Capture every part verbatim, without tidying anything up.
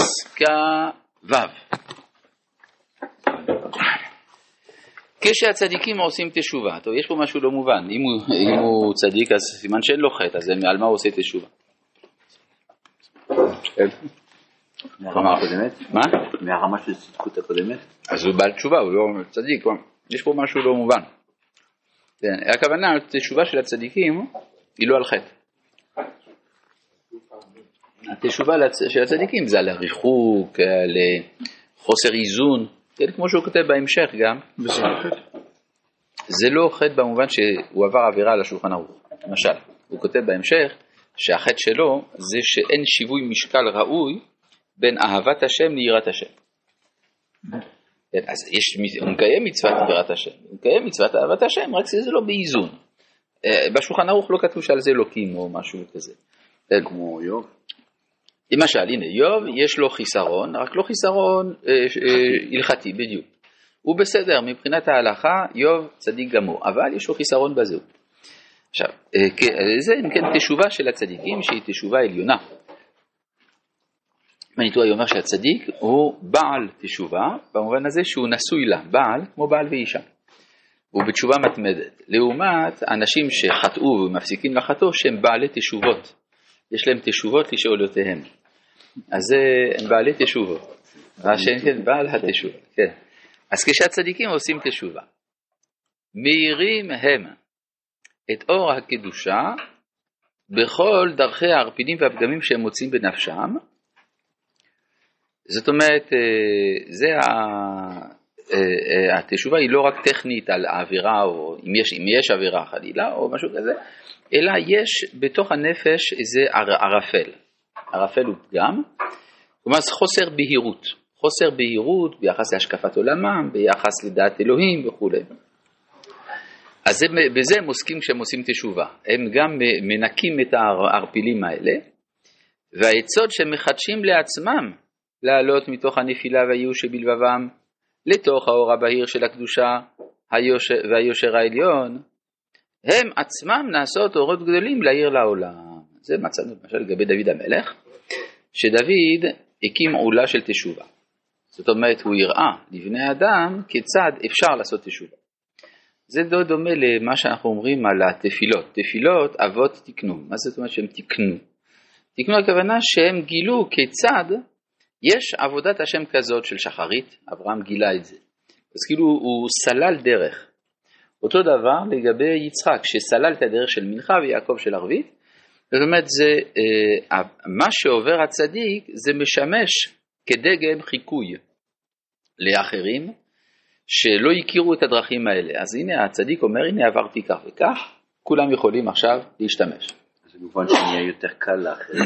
פסקה ו'. כשהצדיקים עושים תשובה, טוב, יש פה משהו לא מובן, אם הוא, אם הוא צדיק אז סימן שאין לו חטא, אז על מה הוא עושה תשובה? מהרמה הקודמת? מה? מהרמה של צדקות הקודמת? אז הוא בעל תשובה, הוא לא צדיק, יש פה משהו לא מובן. הכוונה, התשובה של הצדיקים היא לא על חטא. התשובה של הצדיקים זה על הריחוק, על חוסר איזון, כמו שהוא כותב בהמשך גם. וזה לא חטא? זה לא חטא במובן שהוא עבר עבירה על השולחן ערוך. למשל, הוא כותב בהמשך שהחטא שלו זה שאין שיווי משקל ראוי בין אהבת השם ליראת השם. אז יש, הוא מקיים מצוות יראת השם, הוא מקיים מצוות אהבת השם, רק שזה לא באיזון. בשולחן ערוך לא כתוב שעל זה אלוקים או משהו כזה. כמו יוב. למשל, הנה, יוב יש לו חיסרון, רק לא חיסרון אה, אה, הלכתי בדיוק. הוא בסדר, מבחינת ההלכה, יוב צדיק גמור, אבל יש לו חיסרון בזהו. עכשיו, אה, זה אם כן תשובה של הצדיקים, שהיא תשובה עליונה. מניטו אומר שהצדיק הוא בעל תשובה, במובן הזה שהוא נשוי לה, בעל כמו בעל ואישה. הוא בתשובה מתמדת. לעומת אנשים שחטאו ומפסיקים לחטוא, שהם בעלי תשובות. יש להם תשובות לשאולותיהם. אז הם בעלי תשובות. מה שאין כן בעל התשובה. כן. אז כשהצדיקים עושים תשובה, מאירים הם את אור הקדושה בכל דרכי הערפילים והפגמים שהם מוצאים בנפשם. זאת אומרת, זה התשובה היא לא רק טכנית על האווירה, או אם יש, אם יש אווירה חלילה או משהו כזה, אלא יש בתוך הנפש איזה ערפל. ערפל הוא פגם, כלומר זה חוסר בהירות, חוסר בהירות ביחס להשקפת עולמם, ביחס לדעת אלוהים וכו'. אז זה, בזה הם עוסקים כשהם עושים תשובה, הם גם מנקים את הערפילים האלה, והעצות שמחדשים לעצמם לעלות מתוך הנפילה והייאוש שבלבבם, לתוך האור הבהיר של הקדושה והיושר העליון, הם עצמם נעשות אורות גדולים להאיר לעולם. זה מצאנו למשל לגבי דוד המלך, שדוד הקים עולה של תשובה. זאת אומרת, הוא יראה לבני אדם כיצד אפשר לעשות תשובה. זה לא דומה למה שאנחנו אומרים על התפילות. תפילות אבות תקנו. מה זאת אומרת שהם תקנו? תקנו הכוונה שהם גילו כיצד יש עבודת השם כזאת של שחרית, אברהם גילה את זה. אז כאילו הוא סלל דרך. אותו דבר לגבי יצחק, שסלל את הדרך של מנחה ויעקב של ערבית. זאת אומרת, זה, אה, מה שעובר הצדיק זה משמש כדגם חיקוי לאחרים שלא יכירו את הדרכים האלה. אז הנה הצדיק אומר, הנה עברתי כך וכך, כולם יכולים עכשיו להשתמש. זה במובן שנהיה יותר קל לאחרים.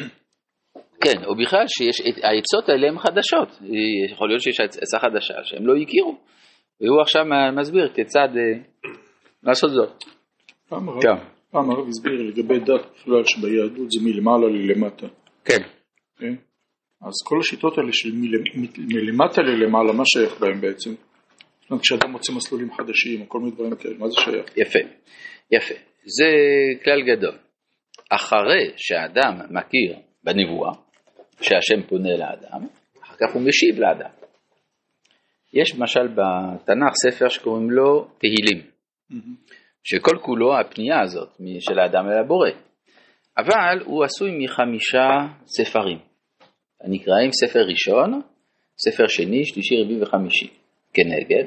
כן, או בכלל שיש, העצות האלה הן חדשות. יכול להיות שיש עצה חדשה שהם לא יכירו. והוא עכשיו מסביר כיצד לעשות זאת. פעם הרב הסביר לגבי דת בכלל שביהדות זה מלמעלה ללמטה. כן. אז כל השיטות האלה של מלמטה ללמעלה, מה שייך בהם בעצם? כשאדם מוצא מסלולים חדשים או כל מיני דברים כאלה, מה זה שייך? יפה, יפה. זה כלל גדול. אחרי שהאדם מכיר בנבואה, שהשם פונה לאדם, אחר כך הוא משיב לאדם. יש למשל בתנ"ך ספר שקוראים לו תהילים, שכל כולו הפנייה הזאת של האדם אל הבורא, אבל הוא עשוי מחמישה ספרים, הנקראים ספר ראשון, ספר שני, שלישי, רביעי וחמישי, כנגד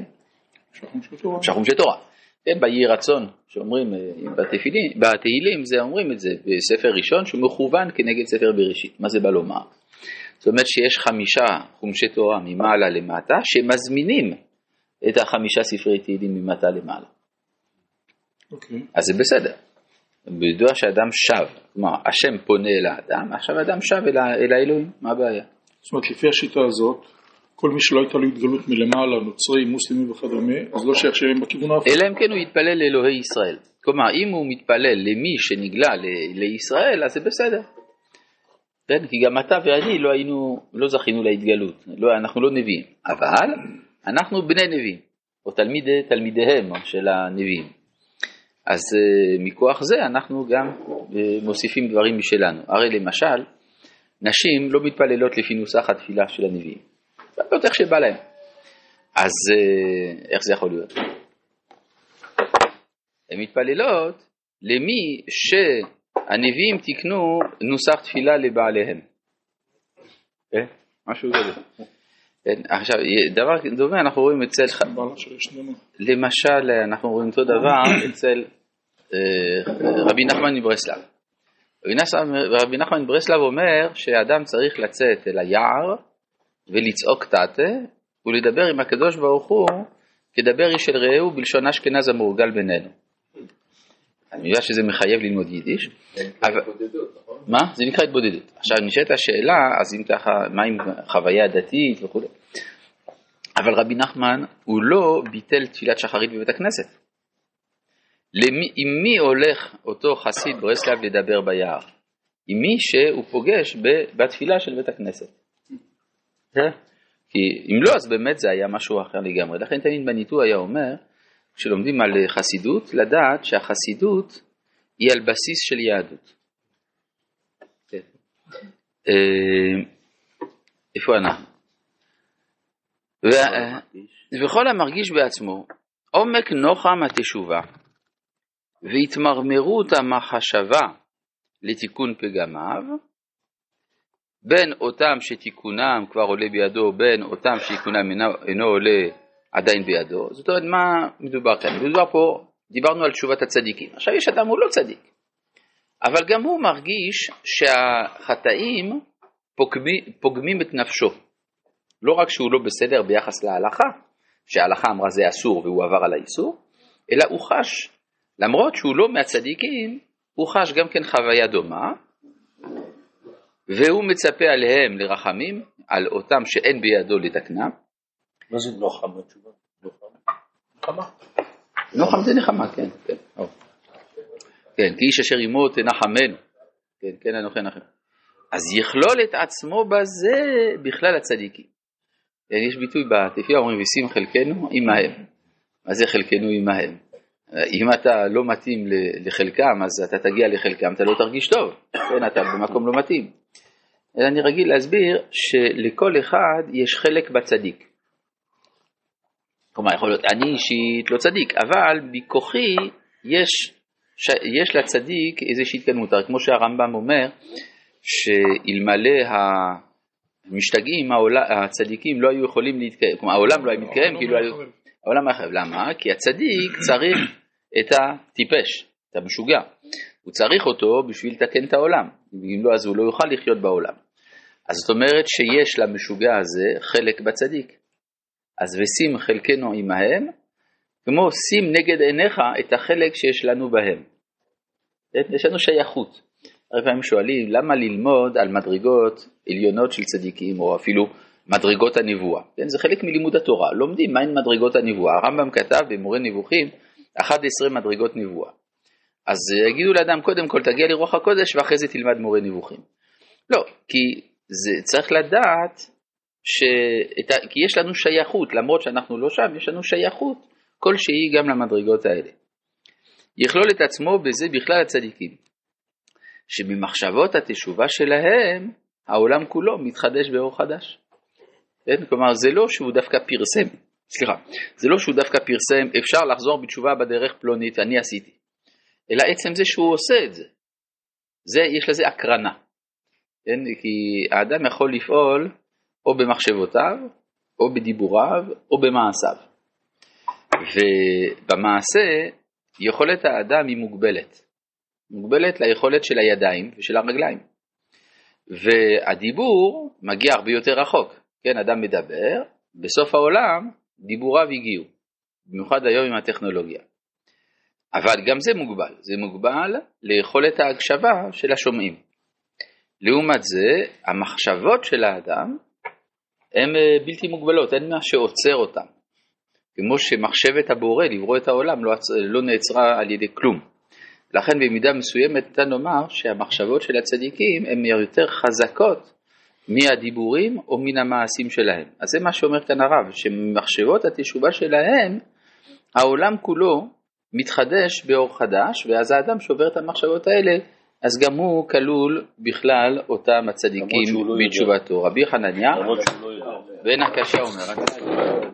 שחום של תורה. כן, ביהי רצון שאומרים בתהילים, בתהילים זה אומרים את זה בספר ראשון שהוא מכוון כנגד ספר בראשית. מה זה בא לומר? זאת אומרת שיש חמישה חומשי תורה ממעלה למטה שמזמינים את החמישה ספרי תהילים ממטה למעלה. אוקיי. אז זה בסדר. בידוע שאדם שב, כלומר השם פונה אל האדם, עכשיו האדם שב אל, אל האלוהים, מה הבעיה? זאת אומרת לפי השיטה הזאת, כל מי שלא הייתה לו התגלות מלמעלה, נוצרי, מוסלמי וכדומה, אז לא שייך שהם בכיוון ההפך. אלא אם כן הוא יתפלל לאלוהי ישראל. כלומר, אם הוא מתפלל למי שנגלה ל- לישראל, אז זה בסדר. כן? כי גם אתה ואני לא היינו, לא זכינו להתגלות. לא, אנחנו לא נביאים. אבל אנחנו בני נביאים, או תלמידי, תלמידיהם של הנביאים. אז מכוח זה אנחנו גם מוסיפים דברים משלנו. הרי למשל, נשים לא מתפללות לפי נוסח התפילה של הנביאים. לא איך שבא להם. אז איך זה יכול להיות? הן מתפללות למי שהנביאים תקנו נוסח תפילה לבעליהם. כן? משהו כזה. עכשיו, דבר דומה אנחנו רואים אצל, למשל אנחנו רואים אותו דבר אצל רבי נחמן מברסלב. רבי נחמן מברסלב אומר שהאדם צריך לצאת אל היער ולצעוק תתה ולדבר עם הקדוש ברוך הוא כדבר איש אל רעהו בלשון אשכנז המורגל בינינו. אני יודע שזה מחייב ללמוד יידיש. מה? זה נקרא התבודדות. עכשיו נשאלת השאלה, אז אם ככה, מה עם חוויה דתית וכו'. אבל רבי נחמן הוא לא ביטל תפילת שחרית בבית הכנסת. למי, עם מי הולך אותו חסיד ברסלב לדבר ביער? עם מי שהוא פוגש בתפילה של בית הכנסת. כי אם לא, אז באמת זה היה משהו אחר לגמרי. לכן תמיד בניתוח היה אומר, כשלומדים על חסידות, לדעת שהחסידות היא על בסיס של יהדות. איפה אנחנו? וכל המרגיש בעצמו עומק נוחם התשובה והתמרמרות המחשבה לתיקון פגמיו, בין אותם שתיקונם כבר עולה בידו, בין אותם שתיקונם אינו עולה עדיין בידו. זאת אומרת, מה מדובר כאן? מדובר פה, דיברנו על תשובת הצדיקים. עכשיו יש אדם הוא לא צדיק, אבל גם הוא מרגיש שהחטאים פוגמים, פוגמים את נפשו. לא רק שהוא לא בסדר ביחס להלכה, שההלכה אמרה זה אסור והוא עבר על האיסור, אלא הוא חש, למרות שהוא לא מהצדיקים, הוא חש גם כן חוויה דומה, והוא מצפה עליהם לרחמים, על אותם שאין בידו לתקנם. מה זה נוחם התשובה? נחמה? נוחם זה נחמה, כן. כן, כן, כי איש אשר עמו תנחמנו. כן, כן, אנוכי נחם. אז יכלול את עצמו בזה בכלל הצדיקים. יש ביטוי בתפילה, אומרים וישים חלקנו עמהם. מה זה חלקנו עמהם? אם אתה לא מתאים לחלקם, אז אתה תגיע לחלקם, אתה לא תרגיש טוב. כן, אתה במקום לא מתאים. אלא אני רגיל להסביר שלכל אחד יש חלק בצדיק. כלומר, יכול להיות, אני אישית לא צדיק, אבל בכוחי יש, ש, יש לצדיק איזושהי התקדמות. כמו שהרמב"ם אומר, שאלמלא המשתגעים, הצדיקים לא היו יכולים להתקיים. כלומר, העולם לא היה מתקיים, כי לא היו... העולם היה חייב. למה? כי הצדיק צריך את הטיפש, את המשוגע. הוא צריך אותו בשביל לתקן את העולם. אם לא, אז הוא לא יוכל לחיות בעולם. אז זאת אומרת שיש למשוגע הזה חלק בצדיק. אז ושים חלקנו עמהם, כמו שים נגד עיניך את החלק שיש לנו בהם. יש לנו שייכות. הרבה פעמים שואלים, למה ללמוד על מדרגות עליונות של צדיקים, או אפילו מדרגות הנבואה? כן, זה חלק מלימוד התורה. לומדים מהן מדרגות הנבואה. הרמב"ם כתב במורה נבוכים, אחת עשרה מדרגות נבואה. אז יגידו לאדם, קודם כל תגיע לרוח הקודש, ואחרי זה תלמד מורה נבוכים. לא, כי זה צריך לדעת, שאת, כי יש לנו שייכות, למרות שאנחנו לא שם, יש לנו שייכות כלשהי גם למדרגות האלה. יכלול את עצמו בזה בכלל הצדיקים, שבמחשבות התשובה שלהם, העולם כולו מתחדש באור חדש. כן? כלומר, זה לא שהוא דווקא פרסם, סליחה, זה לא שהוא דווקא פרסם, אפשר לחזור בתשובה בדרך פלונית, אני עשיתי. אלא עצם זה שהוא עושה את זה. זה, יש לזה הקרנה. כן? כי האדם יכול לפעול או במחשבותיו, או בדיבוריו, או במעשיו. ובמעשה, יכולת האדם היא מוגבלת. מוגבלת ליכולת של הידיים ושל הרגליים. והדיבור מגיע הרבה יותר רחוק. כן, אדם מדבר, בסוף העולם דיבוריו הגיעו. במיוחד היום עם הטכנולוגיה. אבל גם זה מוגבל. זה מוגבל ליכולת ההקשבה של השומעים. לעומת זה, המחשבות של האדם, הן בלתי מוגבלות, אין מה שעוצר אותם. כמו שמחשבת הבורא לברוא את העולם לא, לא נעצרה על ידי כלום. לכן במידה מסוימת ניתן לומר שהמחשבות של הצדיקים הן יותר חזקות מהדיבורים או מן המעשים שלהם. אז זה מה שאומר כאן הרב, שמחשבות התשובה שלהם, העולם כולו מתחדש באור חדש, ואז האדם שובר את המחשבות האלה אז גם הוא כלול בכלל אותם הצדיקים בתשובתו. רבי חנניה, ואין הקשה אומר,